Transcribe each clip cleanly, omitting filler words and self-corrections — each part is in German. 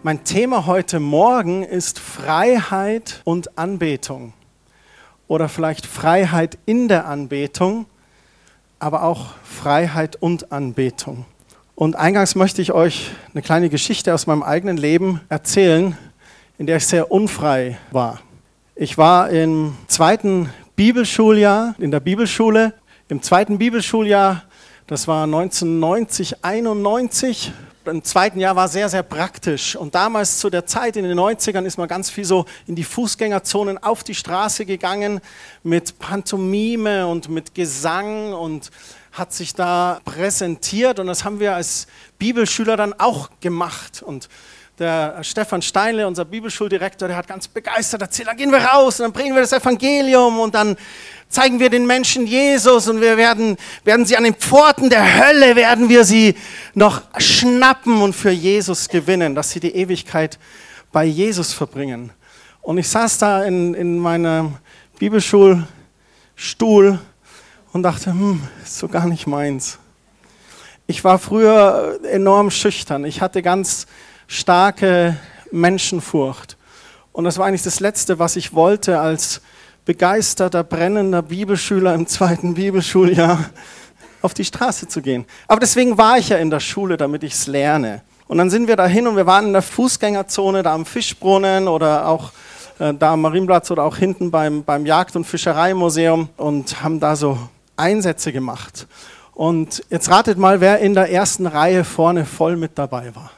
Mein Thema heute Morgen ist Freiheit und Anbetung. Oder vielleicht Freiheit in der Anbetung, aber auch Freiheit und Anbetung. Und eingangs möchte ich euch eine kleine Geschichte aus meinem eigenen Leben erzählen, in der ich sehr unfrei war. Ich war im zweiten Bibelschuljahr in der Bibelschule. Im zweiten Bibelschuljahr, das war 1990, 91. Im zweiten Jahr war sehr, sehr praktisch. Und damals zu der Zeit in den 90ern ist man ganz viel so in die Fußgängerzonen auf die Straße gegangen mit Pantomime und mit Gesang und hat sich da präsentiert. Und das haben wir als Bibelschüler dann auch gemacht. Und der Stefan Steinle, unser Bibelschuldirektor, der hat ganz begeistert erzählt, dann gehen wir raus und dann bringen wir das Evangelium und dann zeigen wir den Menschen Jesus und wir werden sie an den Pforten der Hölle, werden wir sie noch schnappen und für Jesus gewinnen, dass sie die Ewigkeit bei Jesus verbringen. Und ich saß da in meinem Bibelschulstuhl und dachte, ist so gar nicht meins. Ich war früher enorm schüchtern, ich hatte ganz starke Menschenfurcht. Und das war eigentlich das Letzte, was ich wollte als begeisterter, brennender Bibelschüler im zweiten Bibelschuljahr, auf die Straße zu gehen. Aber deswegen war ich ja in der Schule, damit ich es lerne. Und dann sind wir dahin und wir waren in der Fußgängerzone, da am Fischbrunnen oder auch da am Marienplatz oder auch hinten beim Jagd- und Fischereimuseum und haben da so Einsätze gemacht. Und jetzt ratet mal, wer in der ersten Reihe vorne voll mit dabei war.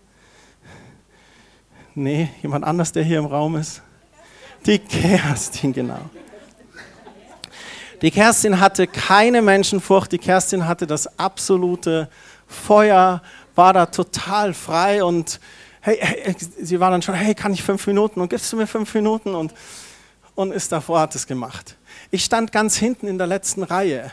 Nee, jemand anders, der hier im Raum ist? Die Kerstin, genau. Die Kerstin hatte keine Menschenfurcht, die Kerstin hatte das absolute Feuer, war da total frei und hey, sie war dann schon, hey, kann ich 5 Minuten und gibst du mir 5 Minuten und ist davor, hat es gemacht. Ich stand ganz hinten in der letzten Reihe.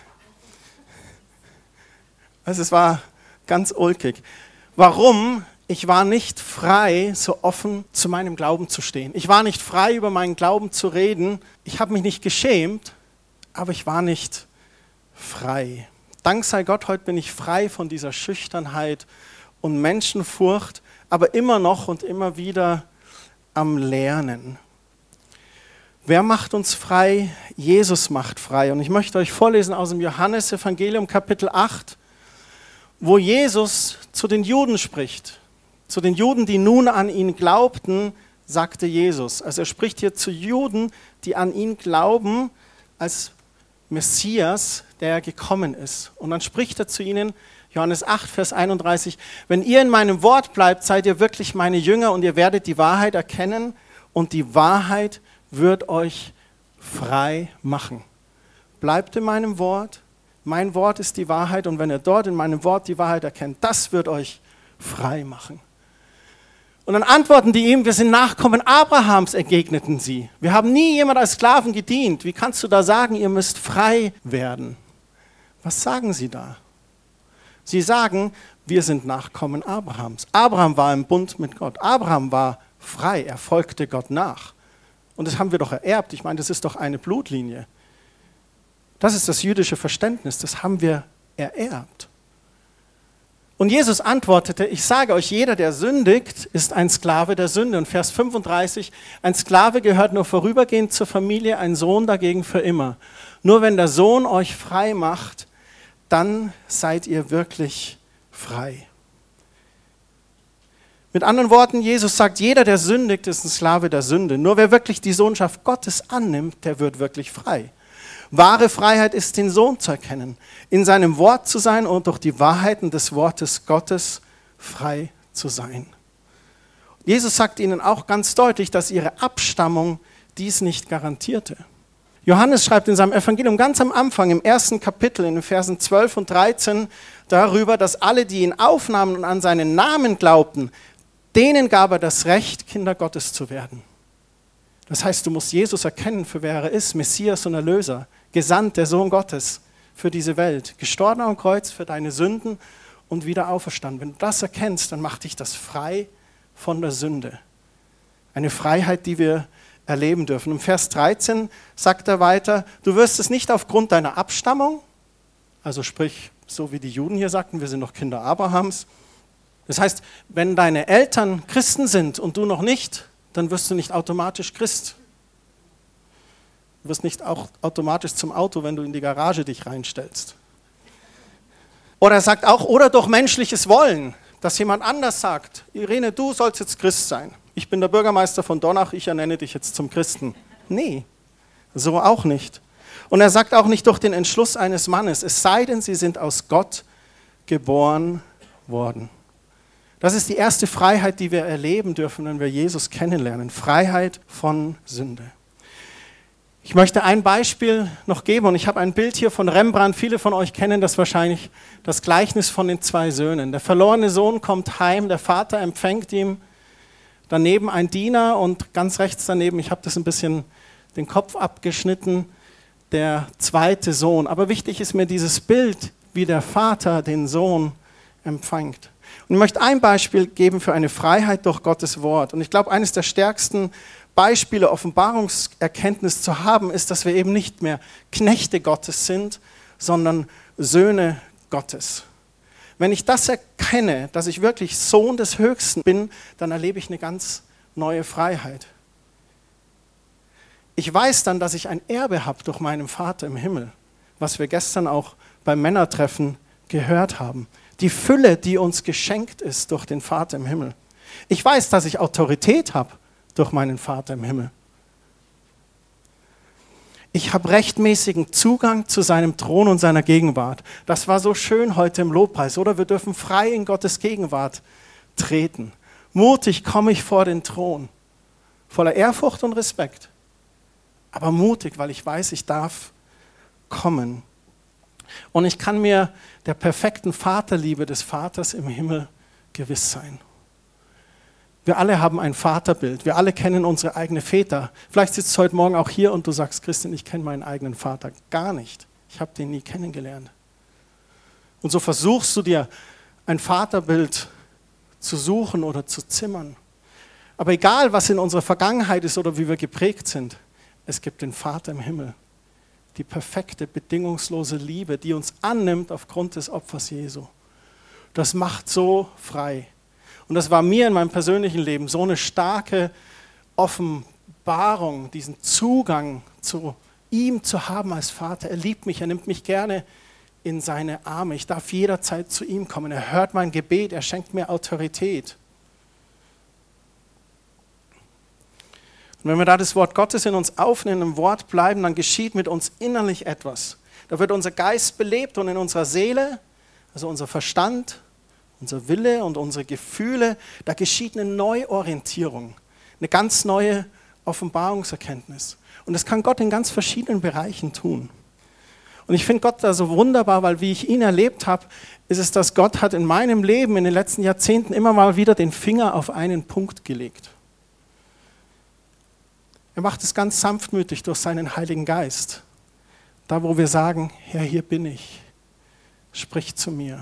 Also es war ganz ulkig. Warum? Ich war nicht frei, so offen zu meinem Glauben zu stehen. Ich war nicht frei, über meinen Glauben zu reden. Ich habe mich nicht geschämt, aber ich war nicht frei. Dank sei Gott, heute bin ich frei von dieser Schüchternheit und Menschenfurcht, aber immer noch und immer wieder am Lernen. Wer macht uns frei? Jesus macht frei. Und ich möchte euch vorlesen aus dem Johannesevangelium Kapitel 8, wo Jesus zu den Juden spricht. Zu den Juden, die nun an ihn glaubten, sagte Jesus. Also er spricht hier zu Juden, die an ihn glauben als Messias, der gekommen ist. Und dann spricht er zu ihnen, Johannes 8, Vers 31, wenn ihr in meinem Wort bleibt, seid ihr wirklich meine Jünger und ihr werdet die Wahrheit erkennen und die Wahrheit wird euch frei machen. Bleibt in meinem Wort, mein Wort ist die Wahrheit und wenn ihr dort in meinem Wort die Wahrheit erkennt, das wird euch frei machen. Und dann antworten die ihm, wir sind Nachkommen Abrahams, entgegneten sie. Wir haben nie jemand als Sklaven gedient. Wie kannst du da sagen, ihr müsst frei werden? Was sagen sie da? Sie sagen, wir sind Nachkommen Abrahams. Abraham war im Bund mit Gott. Abraham war frei, er folgte Gott nach. Und das haben wir doch ererbt. Ich meine, das ist doch eine Blutlinie. Das ist das jüdische Verständnis, das haben wir ererbt. Und Jesus antwortete, ich sage euch, jeder, der sündigt, ist ein Sklave der Sünde. Und Vers 35, ein Sklave gehört nur vorübergehend zur Familie, ein Sohn dagegen für immer. Nur wenn der Sohn euch frei macht, dann seid ihr wirklich frei. Mit anderen Worten, Jesus sagt, jeder, der sündigt, ist ein Sklave der Sünde. Nur wer wirklich die Sohnschaft Gottes annimmt, der wird wirklich frei. Wahre Freiheit ist, den Sohn zu erkennen, in seinem Wort zu sein und durch die Wahrheiten des Wortes Gottes frei zu sein. Jesus sagt ihnen auch ganz deutlich, dass ihre Abstammung dies nicht garantierte. Johannes schreibt in seinem Evangelium ganz am Anfang, im 1. Kapitel, in den Versen 12 und 13, darüber, dass alle, die ihn aufnahmen und an seinen Namen glaubten, denen gab er das Recht, Kinder Gottes zu werden. Das heißt, du musst Jesus erkennen, für wer er ist, Messias und Erlöser, gesandt, der Sohn Gottes für diese Welt, gestorben am Kreuz für deine Sünden und wieder auferstanden. Wenn du das erkennst, dann macht dich das frei von der Sünde. Eine Freiheit, die wir erleben dürfen. Im Vers 13 sagt er weiter, du wirst es nicht aufgrund deiner Abstammung, also sprich, so wie die Juden hier sagten, wir sind noch Kinder Abrahams, Das heißt, wenn deine Eltern Christen sind und du noch nicht, dann wirst du nicht automatisch Christ. Du wirst nicht auch automatisch zum Auto, wenn du in die Garage dich reinstellst. Oder er sagt auch, oder durch menschliches Wollen, dass jemand anders sagt, Irene, du sollst jetzt Christ sein. Ich bin der Bürgermeister von Donach, ich ernenne dich jetzt zum Christen. Nee, so auch nicht. Und er sagt auch nicht durch den Entschluss eines Mannes, es sei denn, sie sind aus Gott geboren worden. Das ist die erste Freiheit, die wir erleben dürfen, wenn wir Jesus kennenlernen. Freiheit von Sünde. Ich möchte ein Beispiel noch geben und ich habe ein Bild hier von Rembrandt. Viele von euch kennen das wahrscheinlich, das Gleichnis von den 2 Söhnen. Der verlorene Sohn kommt heim, der Vater empfängt ihn, daneben ein Diener und ganz rechts daneben, ich habe das ein bisschen den Kopf abgeschnitten, der 2. Sohn. Aber wichtig ist mir dieses Bild, wie der Vater den Sohn empfängt. Und ich möchte ein Beispiel geben für eine Freiheit durch Gottes Wort. Und ich glaube, eines der stärksten Beispiele, Offenbarungserkenntnis zu haben, ist, dass wir eben nicht mehr Knechte Gottes sind, sondern Söhne Gottes. Wenn ich das erkenne, dass ich wirklich Sohn des Höchsten bin, dann erlebe ich eine ganz neue Freiheit. Ich weiß dann, dass ich ein Erbe habe durch meinen Vater im Himmel, was wir gestern auch beim Männertreffen gehört haben. Die Fülle, die uns geschenkt ist durch den Vater im Himmel. Ich weiß, dass ich Autorität habe durch meinen Vater im Himmel. Ich habe rechtmäßigen Zugang zu seinem Thron und seiner Gegenwart. Das war so schön heute im Lobpreis, oder? Wir dürfen frei in Gottes Gegenwart treten. Mutig komme ich vor den Thron, voller Ehrfurcht und Respekt. Aber mutig, weil ich weiß, ich darf kommen. Und ich kann mir der perfekten Vaterliebe des Vaters im Himmel gewiss sein. Wir alle haben ein Vaterbild. Wir alle kennen unsere eigenen Väter. Vielleicht sitzt du heute Morgen auch hier und du sagst, Christian, ich kenne meinen eigenen Vater gar nicht. Ich habe den nie kennengelernt. Und so versuchst du dir ein Vaterbild zu suchen oder zu zimmern. Aber egal, was in unserer Vergangenheit ist oder wie wir geprägt sind, es gibt den Vater im Himmel. Die perfekte, bedingungslose Liebe, die uns annimmt aufgrund des Opfers Jesu. Das macht so frei. Und das war mir in meinem persönlichen Leben so eine starke Offenbarung, diesen Zugang zu ihm zu haben als Vater. Er liebt mich, er nimmt mich gerne in seine Arme. Ich darf jederzeit zu ihm kommen. Er hört mein Gebet, er schenkt mir Autorität. Und wenn wir da das Wort Gottes in uns aufnehmen, im Wort bleiben, dann geschieht mit uns innerlich etwas. Da wird unser Geist belebt und in unserer Seele, also unser Verstand, unser Wille und unsere Gefühle, da geschieht eine Neuorientierung, eine ganz neue Offenbarungserkenntnis. Und das kann Gott in ganz verschiedenen Bereichen tun. Und ich finde Gott da so wunderbar, weil wie ich ihn erlebt habe, ist es, dass Gott hat in meinem Leben in den letzten Jahrzehnten immer mal wieder den Finger auf einen Punkt gelegt. Er macht es ganz sanftmütig durch seinen Heiligen Geist. Da, wo wir sagen, Herr, hier bin ich, sprich zu mir.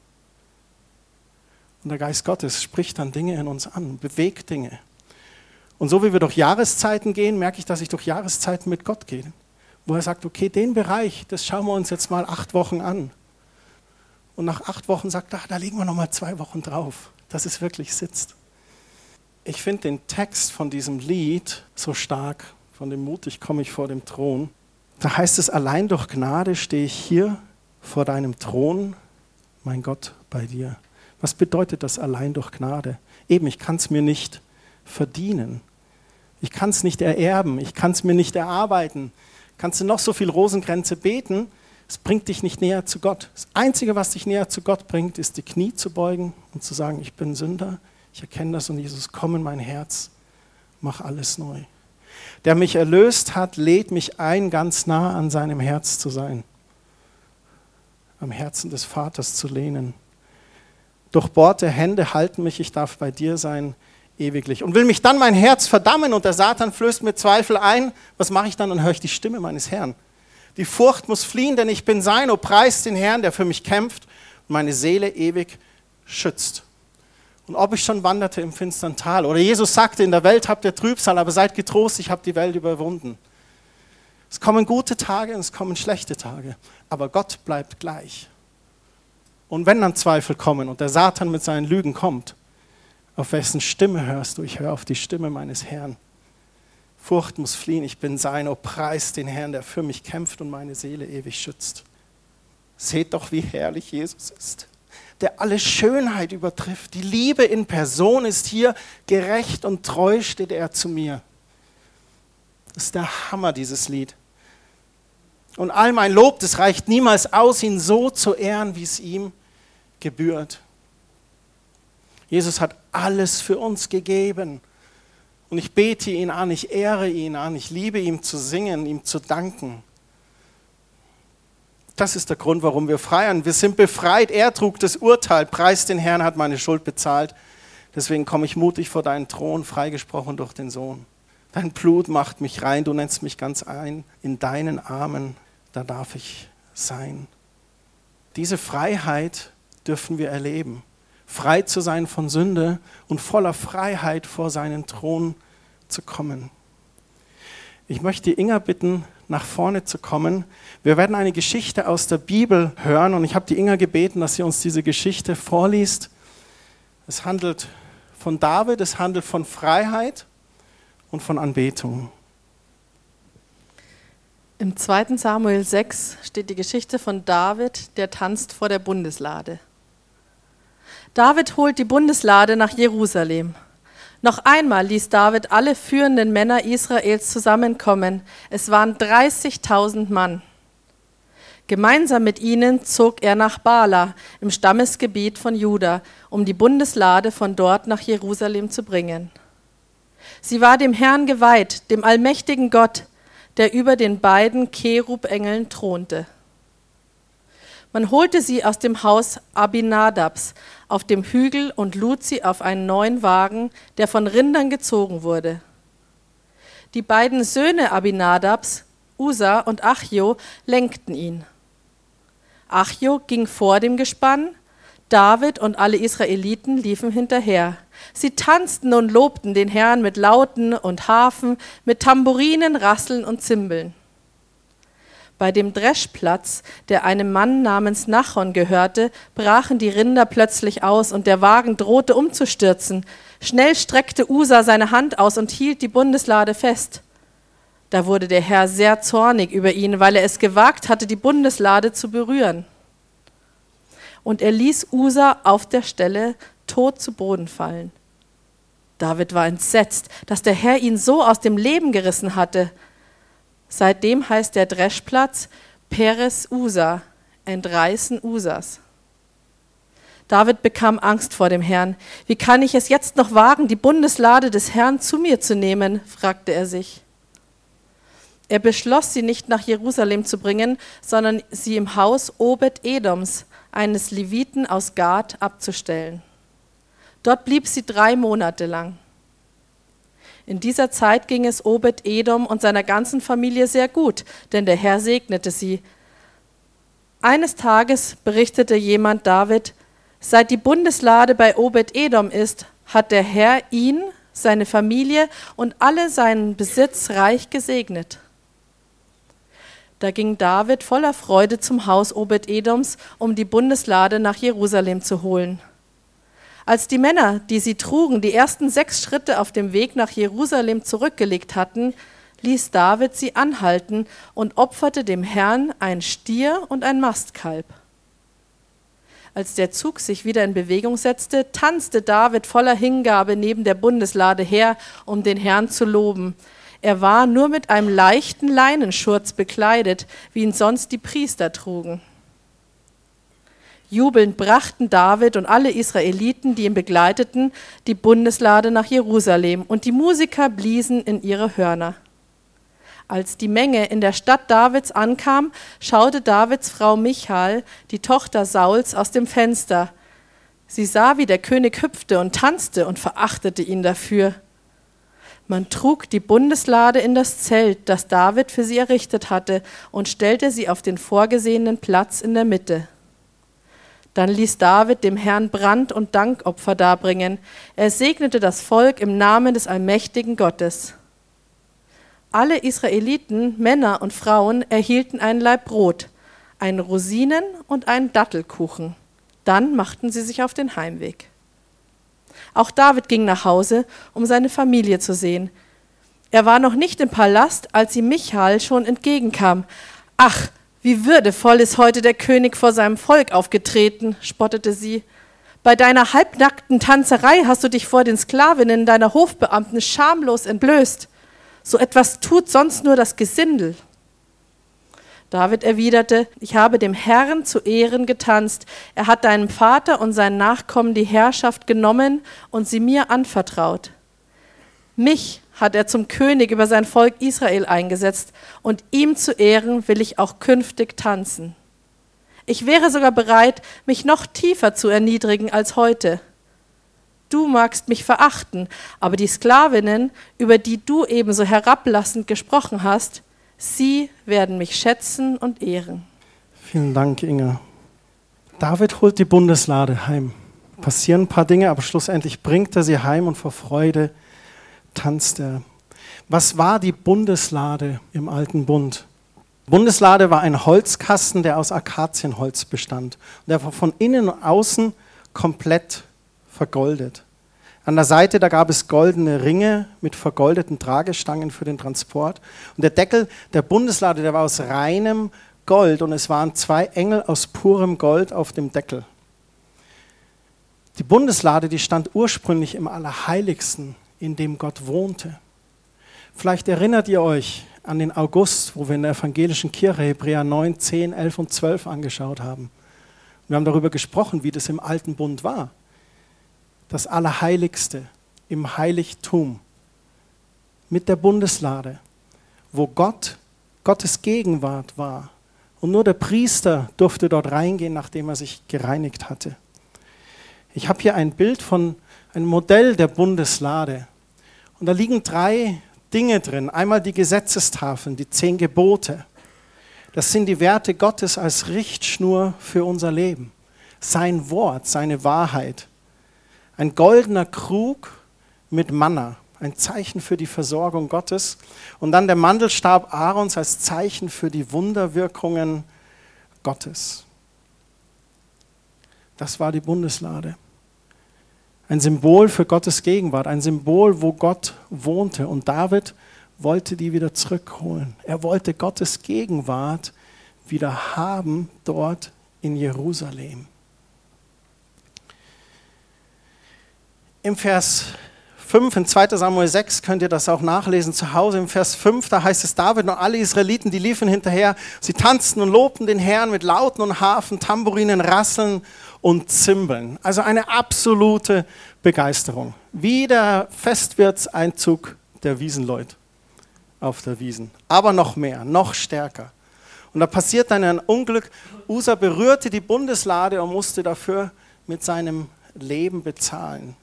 Und der Geist Gottes spricht dann Dinge in uns an, bewegt Dinge. Und so wie wir durch Jahreszeiten gehen, merke ich, dass ich durch Jahreszeiten mit Gott gehe. Wo er sagt, okay, den Bereich, das schauen wir uns jetzt mal 8 Wochen an. Und nach 8 Wochen sagt er, da legen wir nochmal 2 Wochen drauf, dass es wirklich sitzt. Ich finde den Text von diesem Lied so stark, von dem Mutig komme ich vor dem Thron. Da heißt es, allein durch Gnade stehe ich hier vor deinem Thron, mein Gott, bei dir. Was bedeutet das allein durch Gnade? Eben, ich kann es mir nicht verdienen. Ich kann es nicht ererben, ich kann es mir nicht erarbeiten. Kannst du noch so viel Rosenkränze beten, es bringt dich nicht näher zu Gott. Das Einzige, was dich näher zu Gott bringt, ist die Knie zu beugen und zu sagen, ich bin Sünder. Ich erkenne das und Jesus, komm in mein Herz, mach alles neu. Der mich erlöst hat, lädt mich ein, ganz nah an seinem Herz zu sein. Am Herzen des Vaters zu lehnen. Durchbohrte Hände halten mich, ich darf bei dir sein, ewiglich. Und will mich dann mein Herz verdammen und der Satan flößt mir Zweifel ein, was mache ich dann? Dann höre ich die Stimme meines Herrn. Die Furcht muss fliehen, denn ich bin sein, o preist den Herrn, der für mich kämpft und meine Seele ewig schützt. Und ob ich schon wanderte im finstern Tal. Oder Jesus sagte, in der Welt habt ihr Trübsal, aber seid getrost, ich habe die Welt überwunden. Es kommen gute Tage und es kommen schlechte Tage, aber Gott bleibt gleich. Und wenn dann Zweifel kommen und der Satan mit seinen Lügen kommt, auf wessen Stimme hörst du? Ich höre auf die Stimme meines Herrn. Furcht muss fliehen, ich bin sein, oh preist den Herrn, der für mich kämpft und meine Seele ewig schützt. Seht doch, wie herrlich Jesus ist, der alle Schönheit übertrifft. Die Liebe in Person ist hier, gerecht und treu steht er zu mir. Das ist der Hammer, dieses Lied. Und all mein Lob, das reicht niemals aus, ihn so zu ehren, wie es ihm gebührt. Jesus hat alles für uns gegeben. Und ich bete ihn an, ich ehre ihn an, ich liebe ihm zu singen, ihm zu danken. Das ist der Grund, warum wir feiern. Wir sind befreit, er trug das Urteil, preis den Herrn, hat meine Schuld bezahlt. Deswegen komme ich mutig vor deinen Thron, freigesprochen durch den Sohn. Dein Blut macht mich rein, du nennst mich ganz ein. In deinen Armen, da darf ich sein. Diese Freiheit dürfen wir erleben. Frei zu sein von Sünde und voller Freiheit vor seinen Thron zu kommen. Ich möchte die Inga bitten, nach vorne zu kommen. Wir werden eine Geschichte aus der Bibel hören und ich habe die Inga gebeten, dass sie uns diese Geschichte vorliest. Es handelt von David, es handelt von Freiheit und von Anbetung. Im 2. Samuel 6 steht die Geschichte von David, der tanzt vor der Bundeslade. David holt die Bundeslade nach Jerusalem. Noch einmal ließ David alle führenden Männer Israels zusammenkommen. Es waren 30.000 Mann. Gemeinsam mit ihnen zog er nach Bala im Stammesgebiet von Juda, um die Bundeslade von dort nach Jerusalem zu bringen. Sie war dem Herrn geweiht, dem allmächtigen Gott, der über den beiden Cherub-Engeln thronte. Man holte sie aus dem Haus Abinadabs auf dem Hügel und lud sie auf einen neuen Wagen, der von Rindern gezogen wurde. Die beiden Söhne Abinadabs, Usa und Achjo, lenkten ihn. Achjo ging vor dem Gespann, David und alle Israeliten liefen hinterher. Sie tanzten und lobten den Herrn mit Lauten und Harfen, mit Tamburinen, Rasseln und Zimbeln. Bei dem Dreschplatz, der einem Mann namens Nachon gehörte, brachen die Rinder plötzlich aus und der Wagen drohte umzustürzen. Schnell streckte Usa seine Hand aus und hielt die Bundeslade fest. Da wurde der Herr sehr zornig über ihn, weil er es gewagt hatte, die Bundeslade zu berühren. Und er ließ Usa auf der Stelle tot zu Boden fallen. David war entsetzt, dass der Herr ihn so aus dem Leben gerissen hatte. Seitdem heißt der Dreschplatz Peres Usa, Entreißen Usas. David bekam Angst vor dem Herrn. Wie kann ich es jetzt noch wagen, die Bundeslade des Herrn zu mir zu nehmen, fragte er sich. Er beschloss, sie nicht nach Jerusalem zu bringen, sondern sie im Haus Obed-Edoms, eines Leviten aus Gad, abzustellen. Dort blieb sie 3 Monate lang. In dieser Zeit ging es Obed-Edom und seiner ganzen Familie sehr gut, denn der Herr segnete sie. Eines Tages berichtete jemand David, seit die Bundeslade bei Obed-Edom ist, hat der Herr ihn, seine Familie und alle seinen Besitz reich gesegnet. Da ging David voller Freude zum Haus Obed-Edoms, um die Bundeslade nach Jerusalem zu holen. Als die Männer, die sie trugen, die ersten 6 Schritte auf dem Weg nach Jerusalem zurückgelegt hatten, ließ David sie anhalten und opferte dem Herrn ein Stier und ein Mastkalb. Als der Zug sich wieder in Bewegung setzte, tanzte David voller Hingabe neben der Bundeslade her, um den Herrn zu loben. Er war nur mit einem leichten Leinenschurz bekleidet, wie ihn sonst die Priester trugen. Jubelnd brachten David und alle Israeliten, die ihn begleiteten, die Bundeslade nach Jerusalem und die Musiker bliesen in ihre Hörner. Als die Menge in der Stadt Davids ankam, schaute Davids Frau Michal, die Tochter Sauls, aus dem Fenster. Sie sah, wie der König hüpfte und tanzte und verachtete ihn dafür. Man trug die Bundeslade in das Zelt, das David für sie errichtet hatte, und stellte sie auf den vorgesehenen Platz in der Mitte. Dann ließ David dem Herrn Brand- und Dankopfer darbringen. Er segnete das Volk im Namen des allmächtigen Gottes. Alle Israeliten, Männer und Frauen, erhielten ein Laib Brot, einen Rosinen- und einen Dattelkuchen. Dann machten sie sich auf den Heimweg. Auch David ging nach Hause, um seine Familie zu sehen. Er war noch nicht im Palast, als ihm Michal schon entgegenkam. »Ach, wie würdevoll ist heute der König vor seinem Volk aufgetreten«, spottete sie. »Bei deiner halbnackten Tanzerei hast du dich vor den Sklavinnen deiner Hofbeamten schamlos entblößt. So etwas tut sonst nur das Gesindel.« David erwiderte, »Ich habe dem Herrn zu Ehren getanzt. Er hat deinem Vater und seinen Nachkommen die Herrschaft genommen und sie mir anvertraut. Mich hat er zum König über sein Volk Israel eingesetzt, und ihm zu Ehren will ich auch künftig tanzen. Ich wäre sogar bereit, mich noch tiefer zu erniedrigen als heute. Du magst mich verachten, aber die Sklavinnen, über die du ebenso herablassend gesprochen hast, sie werden mich schätzen und ehren.« Vielen Dank, Inga. David holt die Bundeslade heim. Passieren ein paar Dinge, aber schlussendlich bringt er sie heim und vor Freude tanzt er. Was war die Bundeslade im Alten Bund? Die Bundeslade war ein Holzkasten, der aus Akazienholz bestand. Und der war von innen und außen komplett vergoldet. An der Seite, da gab es goldene Ringe mit vergoldeten Tragestangen für den Transport. Und der Deckel der Bundeslade, der war aus reinem Gold und es waren 2 Engel aus purem Gold auf dem Deckel. Die Bundeslade, die stand ursprünglich im Allerheiligsten, in dem Gott wohnte. Vielleicht erinnert ihr euch an den August, wo wir in der evangelischen Kirche Hebräer 9, 10, 11 und 12 angeschaut haben. Wir haben darüber gesprochen, wie das im Alten Bund war. Das Allerheiligste im Heiligtum mit der Bundeslade, wo Gottes Gegenwart war. Und nur der Priester durfte dort reingehen, nachdem er sich gereinigt hatte. Ich habe hier ein Bild von einem Modell der Bundeslade. Und da liegen 3 Dinge drin. Einmal die Gesetzestafeln, die 10 Gebote. Das sind die Werte Gottes als Richtschnur für unser Leben. Sein Wort, seine Wahrheit. Ein goldener Krug mit Manna, ein Zeichen für die Versorgung Gottes. Und dann der Mandelstab Aarons als Zeichen für die Wunderwirkungen Gottes. Das war die Bundeslade. Ein Symbol für Gottes Gegenwart, ein Symbol, wo Gott wohnte. Und David wollte die wieder zurückholen. Er wollte Gottes Gegenwart wieder haben dort in Jerusalem. Im Vers 5, in 2. Samuel 6, könnt ihr das auch nachlesen zu Hause. Im Vers 5, da heißt es, David und alle Israeliten, die liefen hinterher. Sie tanzten und lobten den Herrn mit Lauten und Harfen, Tambourinen, Rasseln und Zimbeln. Also eine absolute Begeisterung. Wie der Festwirtseinzug der Wiesenleut auf der Wiesn. Aber noch mehr, noch stärker. Und da passiert dann ein Unglück. Usa berührte die Bundeslade und musste dafür mit seinem Leben bezahlen.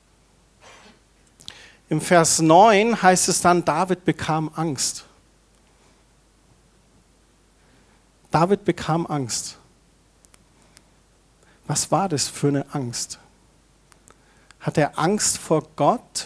Im Vers 9 heißt es dann, David bekam Angst. David bekam Angst. Was war das für eine Angst? Hat er Angst vor Gott?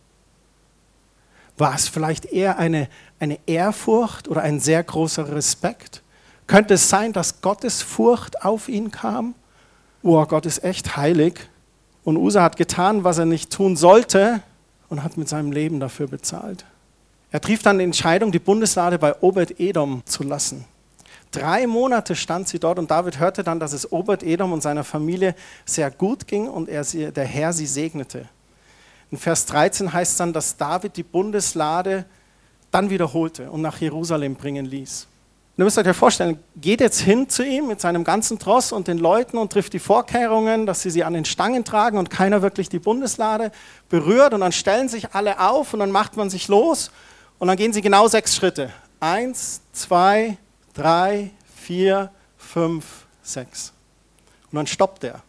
War es vielleicht eher eine Ehrfurcht oder ein sehr großer Respekt? Könnte es sein, dass Gottesfurcht auf ihn kam? Oh, Gott ist echt heilig. Und Usa hat getan, was er nicht tun sollte und hat mit seinem Leben dafür bezahlt. Er triff dann die Entscheidung, die Bundeslade bei Obed-Edom zu lassen. 3 Monate stand sie dort und David hörte dann, dass es Obed-Edom und seiner Familie sehr gut ging und der Herr sie segnete. In Vers 13 heißt es dann, dass David die Bundeslade dann wiederholte und nach Jerusalem bringen ließ. Und ihr müsst euch ja vorstellen, geht jetzt hin zu ihm mit seinem ganzen Tross und den Leuten und trifft die Vorkehrungen, dass sie an den Stangen tragen und keiner wirklich die Bundeslade berührt und dann stellen sich alle auf und dann macht man sich los und dann gehen sie genau 6 Schritte. 1, 2, 3, 4, 5, 6. Und dann stoppt er.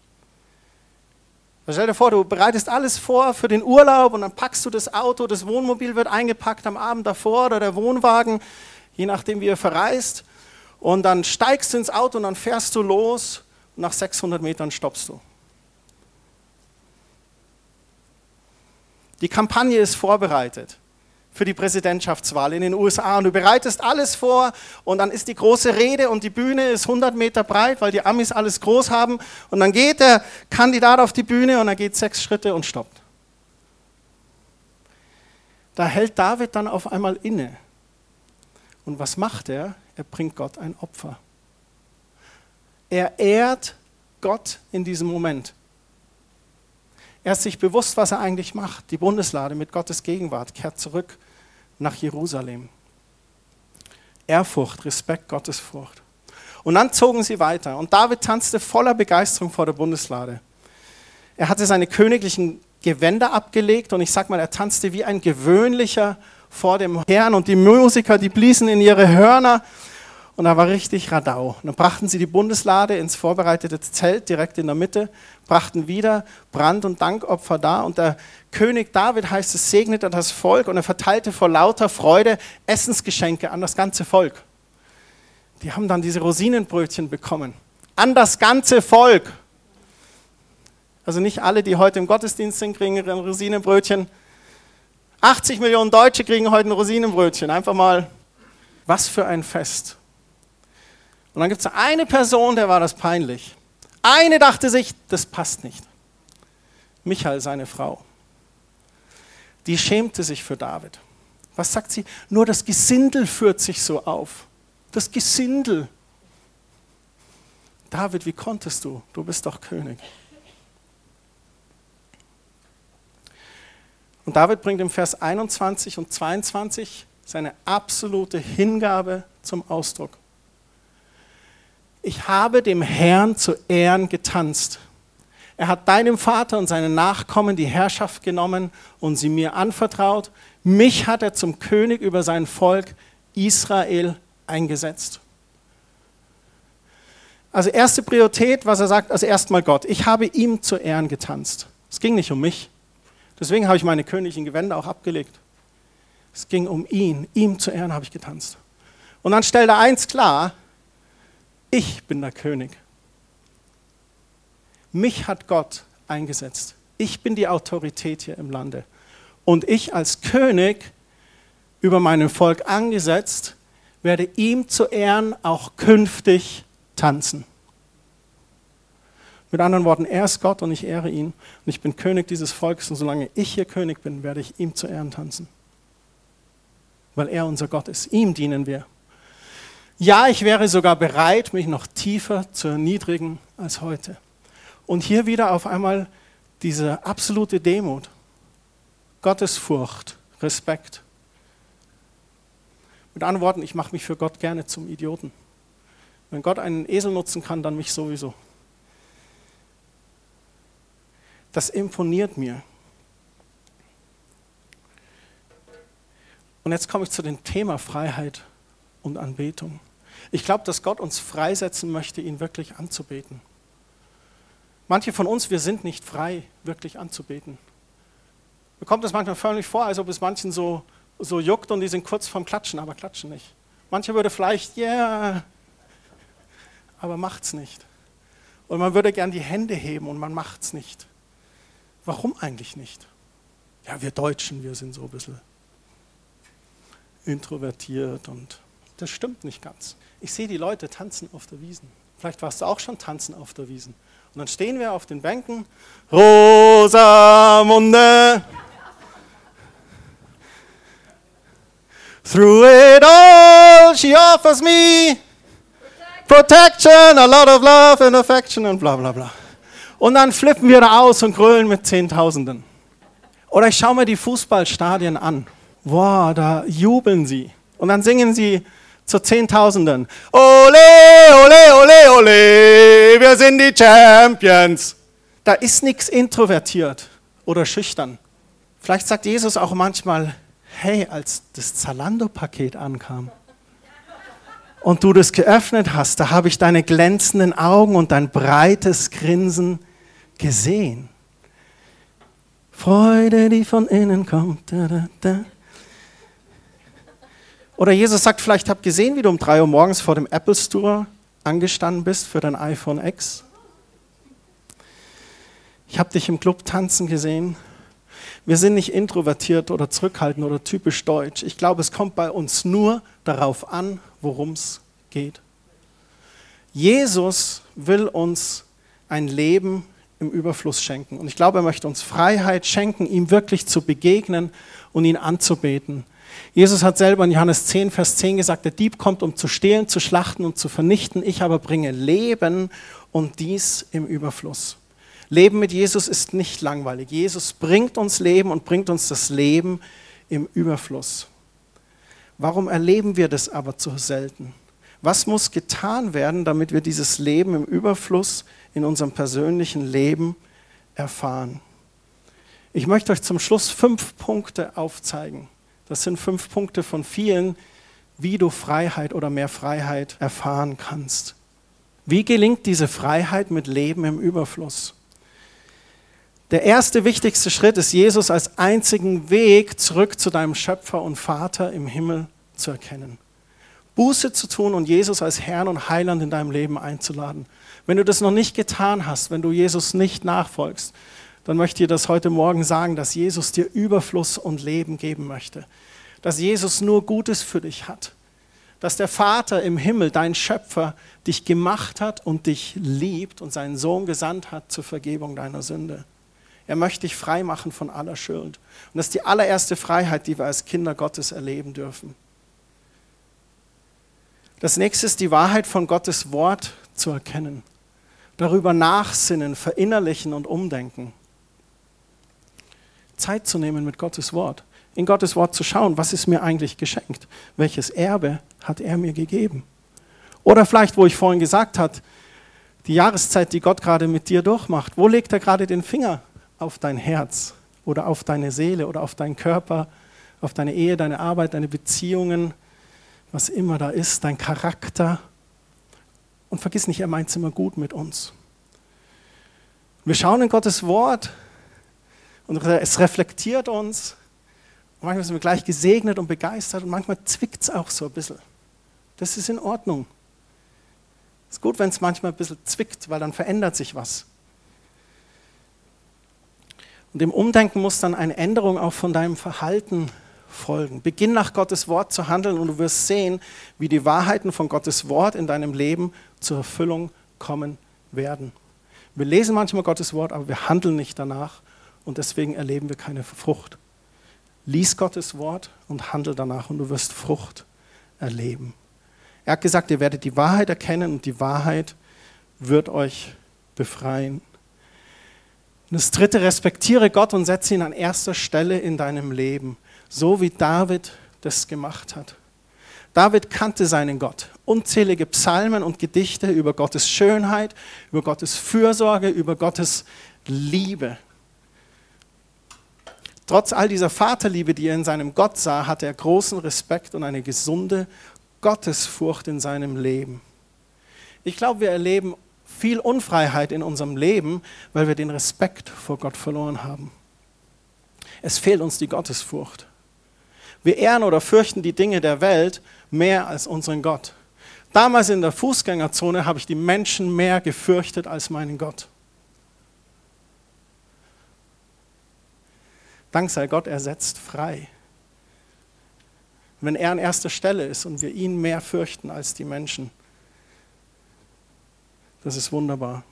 Stell dir vor, du bereitest alles vor für den Urlaub und dann packst du das Auto, das Wohnmobil wird eingepackt am Abend davor oder der Wohnwagen, je nachdem wie ihr verreist. Und dann steigst du ins Auto und dann fährst du los und nach 600 Metern stoppst du. Die Kampagne ist vorbereitet. für die Präsidentschaftswahl in den USA und du bereitest alles vor und dann ist die große Rede und die Bühne ist 100 Meter breit, weil die Amis alles groß haben und dann geht der Kandidat auf die Bühne und er geht 6 Schritte und stoppt. Da hält David dann auf einmal inne. Und was macht er? Er bringt Gott ein Opfer. Er ehrt Gott in diesem Moment. Er ist sich bewusst, was er eigentlich macht. Die Bundeslade mit Gottes Gegenwart kehrt zurück nach Jerusalem. Ehrfurcht, Respekt, Gottesfurcht. Und dann zogen sie weiter. Und David tanzte voller Begeisterung vor der Bundeslade. Er hatte seine königlichen Gewänder abgelegt und ich sag mal, er tanzte wie ein gewöhnlicher vor dem Herrn und die Musiker, die bliesen in ihre Hörner und da war richtig Radau. Und dann brachten sie die Bundeslade ins vorbereitete Zelt direkt in der Mitte, brachten wieder Brand- und Dankopfer dar und der König David, heißt es, segnete das Volk und er verteilte vor lauter Freude Essensgeschenke an das ganze Volk. Die haben dann diese Rosinenbrötchen bekommen. An das ganze Volk. Also nicht alle, die heute im Gottesdienst sind, kriegen ein Rosinenbrötchen. 80 Millionen Deutsche kriegen heute ein Rosinenbrötchen. Einfach mal, was für ein Fest. Und dann gibt es eine Person, der war das peinlich. Eine dachte sich, das passt nicht. Michael, seine Frau. Die schämte sich für David. Was sagt sie? Nur das Gesindel führt sich so auf. Das Gesindel. David, wie konntest du? Du bist doch König. Und David bringt im Vers 21 und 22 seine absolute Hingabe zum Ausdruck. Ich habe dem Herrn zu Ehren getanzt. Er hat deinem Vater und seinen Nachkommen die Herrschaft genommen und sie mir anvertraut. Mich hat er zum König über sein Volk Israel eingesetzt. Also erste Priorität, was er sagt, also erstmal Gott. Ich habe ihm zu Ehren getanzt. Es ging nicht um mich. Deswegen habe ich meine königlichen Gewänder auch abgelegt. Es ging um ihn. Ihm zu Ehren habe ich getanzt. Und dann stellt er eins klar, ich bin der König. Mich hat Gott eingesetzt. Ich bin die Autorität hier im Lande. Und ich als König über meinem Volk angesetzt, werde ihm zu Ehren auch künftig tanzen. Mit anderen Worten, er ist Gott und ich ehre ihn. Und ich bin König dieses Volkes und solange ich hier König bin, werde ich ihm zu Ehren tanzen. Weil er unser Gott ist. Ihm dienen wir. Ja, ich wäre sogar bereit, mich noch tiefer zu erniedrigen als heute. Und hier wieder auf einmal diese absolute Demut. Gottesfurcht, Respekt. Mit anderen Worten, ich mache mich für Gott gerne zum Idioten. Wenn Gott einen Esel nutzen kann, dann mich sowieso. Das imponiert mir. Und jetzt komme ich zu dem Thema Freiheit und Anbetung. Ich glaube, dass Gott uns freisetzen möchte, ihn wirklich anzubeten. Manche von uns, wir sind nicht frei, wirklich anzubeten. Mir kommt das manchmal förmlich vor, als ob es manchen so juckt und die sind kurz vorm Klatschen, aber klatschen nicht. Mancher würde vielleicht, yeah, aber macht's nicht. Und man würde gern die Hände heben und man macht's nicht. Warum eigentlich nicht? Ja, wir Deutschen, wir sind so ein bisschen introvertiert und das stimmt nicht ganz. Ich sehe die Leute tanzen auf der Wiesn. Vielleicht warst du auch schon tanzen auf der Wiesn. Und dann stehen wir auf den Bänken. Rosamunde. Through it all, she offers me protection, a lot of love and affection und bla bla bla. Und dann flippen wir da aus und grölen mit Zehntausenden. Oder ich schaue mir die Fußballstadien an. Wow, da jubeln sie. Und dann singen sie zu Zehntausenden. Ole, ole, ole, ole, wir sind die Champions. Da ist nichts introvertiert oder schüchtern. Vielleicht sagt Jesus auch manchmal, hey, als das Zalando-Paket ankam und du das geöffnet hast, da habe ich deine glänzenden Augen und dein breites Grinsen gesehen. Freude, die von innen kommt. Da, da, da. Oder Jesus sagt, vielleicht habt ihr gesehen, wie du um 3 Uhr morgens vor dem Apple Store angestanden bist für dein iPhone X. Ich habe dich im Club tanzen gesehen. Wir sind nicht introvertiert oder zurückhaltend oder typisch deutsch. Ich glaube, es kommt bei uns nur darauf an, worum es geht. Jesus will uns ein Leben im Überfluss schenken. Und ich glaube, er möchte uns Freiheit schenken, ihm wirklich zu begegnen und ihn anzubeten. Jesus hat selber in Johannes 10, Vers 10 gesagt, der Dieb kommt, um zu stehlen, zu schlachten und zu vernichten. Ich aber bringe Leben und dies im Überfluss. Leben mit Jesus ist nicht langweilig. Jesus bringt uns Leben und bringt uns das Leben im Überfluss. Warum erleben wir das aber zu selten? Was muss getan werden, damit wir dieses Leben im Überfluss in unserem persönlichen Leben erfahren? Ich möchte euch zum Schluss 5 Punkte aufzeigen. Das sind 5 Punkte von vielen, wie du Freiheit oder mehr Freiheit erfahren kannst. Wie gelingt diese Freiheit mit Leben im Überfluss? Der erste wichtigste Schritt ist, Jesus als einzigen Weg zurück zu deinem Schöpfer und Vater im Himmel zu erkennen. Buße zu tun und Jesus als Herrn und Heiland in deinem Leben einzuladen. Wenn du das noch nicht getan hast, wenn du Jesus nicht nachfolgst, dann möchte ich dir das heute Morgen sagen, dass Jesus dir Überfluss und Leben geben möchte. Dass Jesus nur Gutes für dich hat. Dass der Vater im Himmel, dein Schöpfer, dich gemacht hat und dich liebt und seinen Sohn gesandt hat zur Vergebung deiner Sünde. Er möchte dich frei machen von aller Schuld. Und das ist die allererste Freiheit, die wir als Kinder Gottes erleben dürfen. Das nächste ist die Wahrheit von Gottes Wort zu erkennen. Darüber nachsinnen, verinnerlichen und umdenken. Zeit zu nehmen mit Gottes Wort. In Gottes Wort zu schauen, was ist mir eigentlich geschenkt? Welches Erbe hat er mir gegeben? Oder vielleicht, wo ich vorhin gesagt habe, die Jahreszeit, die Gott gerade mit dir durchmacht. Wo legt er gerade den Finger auf dein Herz oder auf deine Seele oder auf deinen Körper, auf deine Ehe, deine Arbeit, deine Beziehungen, was immer da ist, dein Charakter. Und vergiss nicht, er meint es immer gut mit uns. Wir schauen in Gottes Wort und es reflektiert uns. Und manchmal sind wir gleich gesegnet und begeistert und manchmal zwickt es auch so ein bisschen. Das ist in Ordnung. Es ist gut, wenn es manchmal ein bisschen zwickt, weil dann verändert sich was. Und im Umdenken muss dann eine Änderung auch von deinem Verhalten folgen. Beginn nach Gottes Wort zu handeln und du wirst sehen, wie die Wahrheiten von Gottes Wort in deinem Leben zur Erfüllung kommen werden. Wir lesen manchmal Gottes Wort, aber wir handeln nicht danach und deswegen erleben wir keine Frucht. Lies Gottes Wort und handel danach und du wirst Frucht erleben. Er hat gesagt, ihr werdet die Wahrheit erkennen und die Wahrheit wird euch befreien. Und das dritte, respektiere Gott und setze ihn an erster Stelle in deinem Leben, so wie David das gemacht hat. David kannte seinen Gott. Unzählige Psalmen und Gedichte über Gottes Schönheit, über Gottes Fürsorge, über Gottes Liebe. Trotz all dieser Vaterliebe, die er in seinem Gott sah, hatte er großen Respekt und eine gesunde Gottesfurcht in seinem Leben. Ich glaube, wir erleben viel Unfreiheit in unserem Leben, weil wir den Respekt vor Gott verloren haben. Es fehlt uns die Gottesfurcht. Wir ehren oder fürchten die Dinge der Welt mehr als unseren Gott. Damals in der Fußgängerzone habe ich die Menschen mehr gefürchtet als meinen Gott. Dank sei Gott, er setzt frei. Wenn er an erster Stelle ist und wir ihn mehr fürchten als die Menschen. Das ist wunderbar.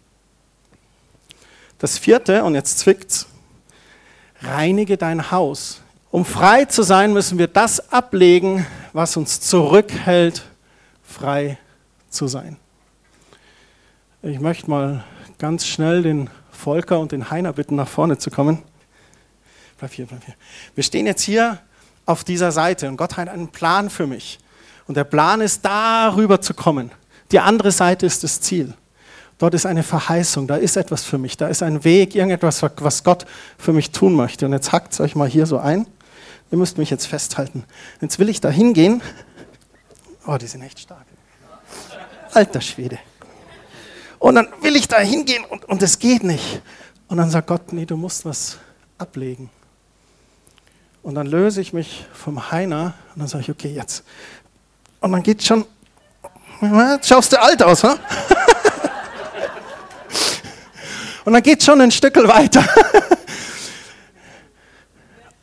Das vierte, und jetzt zwickt's, reinige dein Haus. Um frei zu sein, müssen wir das ablegen, was uns zurückhält, frei zu sein. Ich möchte mal ganz schnell den Volker und den Heiner bitten, nach vorne zu kommen. Bleib hier. Wir stehen jetzt hier auf dieser Seite und Gott hat einen Plan für mich. Und der Plan ist, darüber zu kommen. Die andere Seite ist das Ziel. Dort ist eine Verheißung, da ist etwas für mich, da ist ein Weg, irgendetwas, was Gott für mich tun möchte. Und jetzt hackt es euch mal hier so ein. Ihr müsst mich jetzt festhalten. Jetzt will ich da hingehen. Oh, die sind echt stark. Alter Schwede. Und dann will ich da hingehen und es geht nicht. Und dann sagt Gott, nee, du musst was ablegen. Und dann löse ich mich vom Heiner und dann sage ich, okay, jetzt. Und dann geht schon, jetzt schaust du alt aus, ne? Und dann geht es schon ein Stück weiter.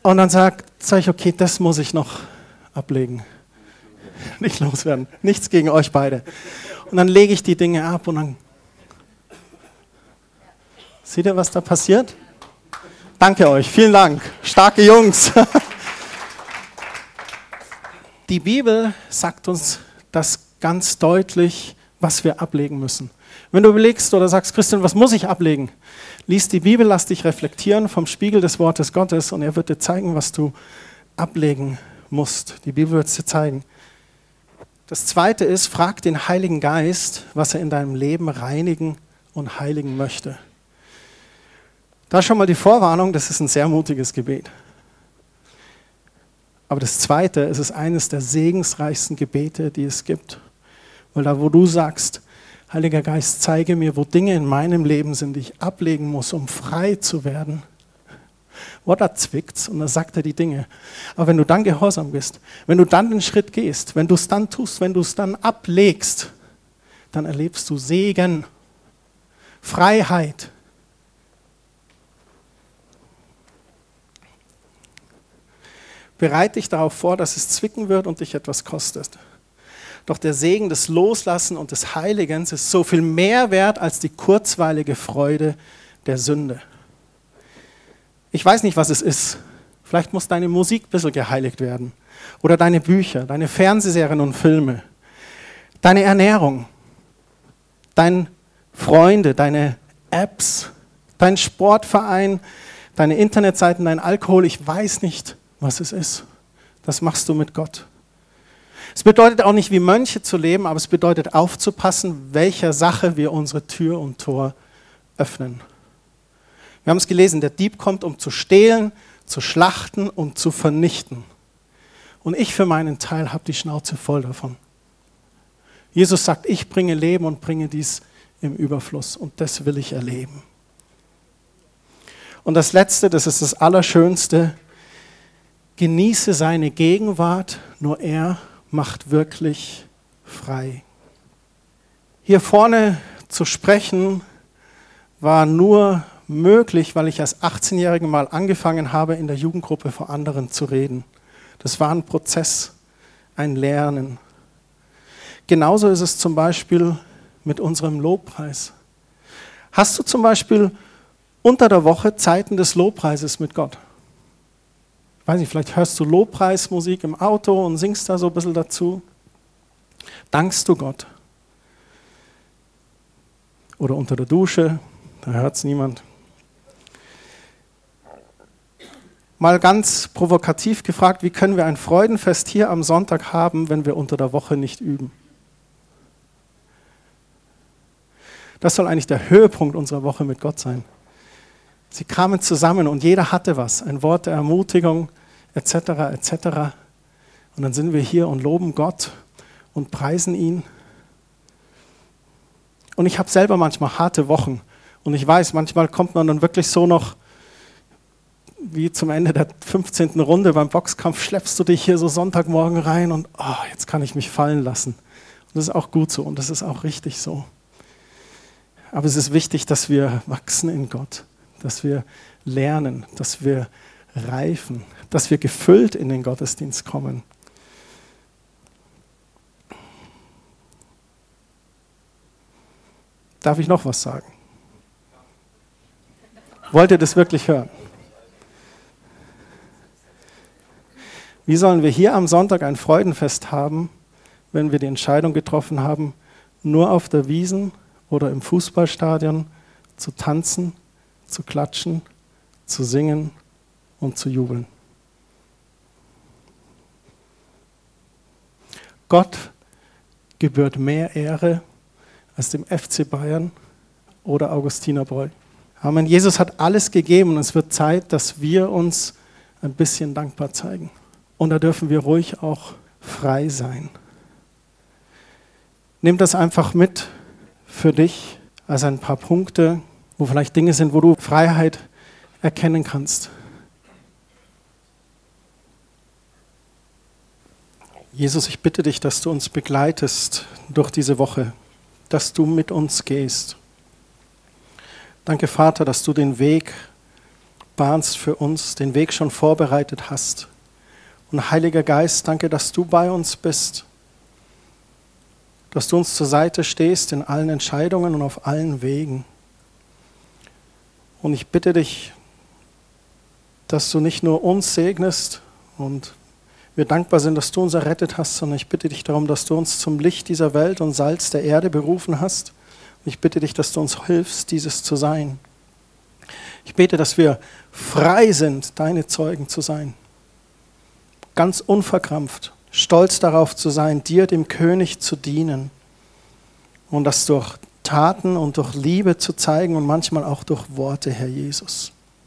Und dann sag ich, okay, das muss ich noch ablegen. Nicht loswerden. Nichts gegen euch beide. Und dann lege ich die Dinge ab und dann... Seht ihr, was da passiert? Danke euch, vielen Dank. Starke Jungs. Die Bibel sagt uns das ganz deutlich, was wir ablegen müssen. Wenn du überlegst oder sagst, Christian, was muss ich ablegen? Lies die Bibel, lass dich reflektieren vom Spiegel des Wortes Gottes und er wird dir zeigen, was du ablegen musst. Die Bibel wird es dir zeigen. Das Zweite ist, frag den Heiligen Geist, was er in deinem Leben reinigen und heiligen möchte. Da schon mal die Vorwarnung, das ist ein sehr mutiges Gebet. Aber das Zweite, es ist eines der segensreichsten Gebete, die es gibt. Weil da, wo du sagst, Heiliger Geist, zeige mir, wo Dinge in meinem Leben sind, die ich ablegen muss, um frei zu werden. Da zwickt's und dann sagt er die Dinge. Aber wenn du dann gehorsam bist, wenn du dann den Schritt gehst, wenn du es dann tust, wenn du es dann ablegst, dann erlebst du Segen, Freiheit. Bereite dich darauf vor, dass es zwicken wird und dich etwas kostet. Doch der Segen des Loslassen und des Heiligens ist so viel mehr wert als die kurzweilige Freude der Sünde. Ich weiß nicht, was es ist. Vielleicht muss deine Musik ein bisschen geheiligt werden. Oder deine Bücher, deine Fernsehserien und Filme. Deine Ernährung. Deine Freunde, deine Apps. Dein Sportverein, deine Internetseiten, dein Alkohol. Ich weiß nicht, was es ist. Das machst du mit Gott. Es bedeutet auch nicht, wie Mönche zu leben, aber es bedeutet aufzupassen, welcher Sache wir unsere Tür und Tor öffnen. Wir haben es gelesen, der Dieb kommt, um zu stehlen, zu schlachten und zu vernichten. Und ich für meinen Teil habe die Schnauze voll davon. Jesus sagt, ich bringe Leben und bringe dies im Überfluss und das will ich erleben. Und das Letzte, das ist das Allerschönste, genieße seine Gegenwart, nur er macht wirklich frei. Hier vorne zu sprechen war nur möglich, weil ich als 18-Jähriger mal angefangen habe, in der Jugendgruppe vor anderen zu reden. Das war ein Prozess, ein Lernen. Genauso ist es zum Beispiel mit unserem Lobpreis. Hast du zum Beispiel unter der Woche Zeiten des Lobpreises mit Gott? Ich weiß nicht, vielleicht hörst du Lobpreismusik im Auto und singst da so ein bisschen dazu. Dankst du Gott? Oder unter der Dusche, da hört es niemand. Mal ganz provokativ gefragt, wie können wir ein Freudenfest hier am Sonntag haben, wenn wir unter der Woche nicht üben? Das soll eigentlich der Höhepunkt unserer Woche mit Gott sein. Sie kamen zusammen und jeder hatte was, ein Wort der Ermutigung, etc., etc. Und dann sind wir hier und loben Gott und preisen ihn. Und ich habe selber manchmal harte Wochen. Und ich weiß, manchmal kommt man dann wirklich so noch, wie zum Ende der 15. Runde beim Boxkampf, schleppst du dich hier so Sonntagmorgen rein und jetzt kann ich mich fallen lassen. Und das ist auch gut so und das ist auch richtig so. Aber es ist wichtig, dass wir wachsen in Gott. Dass wir lernen, dass wir reifen, dass wir gefüllt in den Gottesdienst kommen. Darf ich noch was sagen? Wollt ihr das wirklich hören? Wie sollen wir hier am Sonntag ein Freudenfest haben, wenn wir die Entscheidung getroffen haben, nur auf der Wiesn oder im Fußballstadion zu tanzen, zu klatschen, zu singen und zu jubeln. Gott gebührt mehr Ehre als dem FC Bayern oder Augustinerbräu. Amen. Jesus hat alles gegeben und es wird Zeit, dass wir uns ein bisschen dankbar zeigen. Und da dürfen wir ruhig auch frei sein. Nimm das einfach mit für dich als ein paar Punkte, wo vielleicht Dinge sind, wo du Freiheit erkennen kannst. Jesus, ich bitte dich, dass du uns begleitest durch diese Woche, dass du mit uns gehst. Danke, Vater, dass du den Weg bahnst für uns, den Weg schon vorbereitet hast. Und Heiliger Geist, danke, dass du bei uns bist, dass du uns zur Seite stehst in allen Entscheidungen und auf allen Wegen. Und ich bitte dich, dass du nicht nur uns segnest und wir dankbar sind, dass du uns errettet hast, sondern ich bitte dich darum, dass du uns zum Licht dieser Welt und Salz der Erde berufen hast. Und ich bitte dich, dass du uns hilfst, dieses zu sein. Ich bete, dass wir frei sind, deine Zeugen zu sein. Ganz unverkrampft, stolz darauf zu sein, dir, dem König, zu dienen. Und das durch Taten und durch Liebe zu zeigen und manchmal auch durch Worte, Herr Jesus.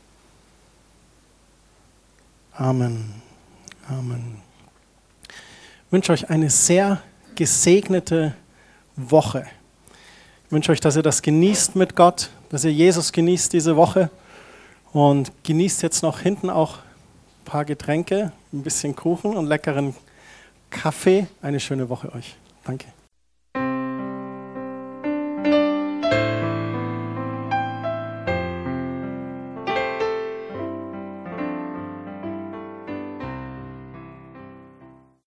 Amen. Amen. Ich wünsche euch eine sehr gesegnete Woche. Ich wünsche euch, dass ihr das genießt mit Gott, dass ihr Jesus genießt diese Woche und genießt jetzt noch hinten auch ein paar Getränke, ein bisschen Kuchen und leckeren Kaffee. Eine schöne Woche euch. Danke.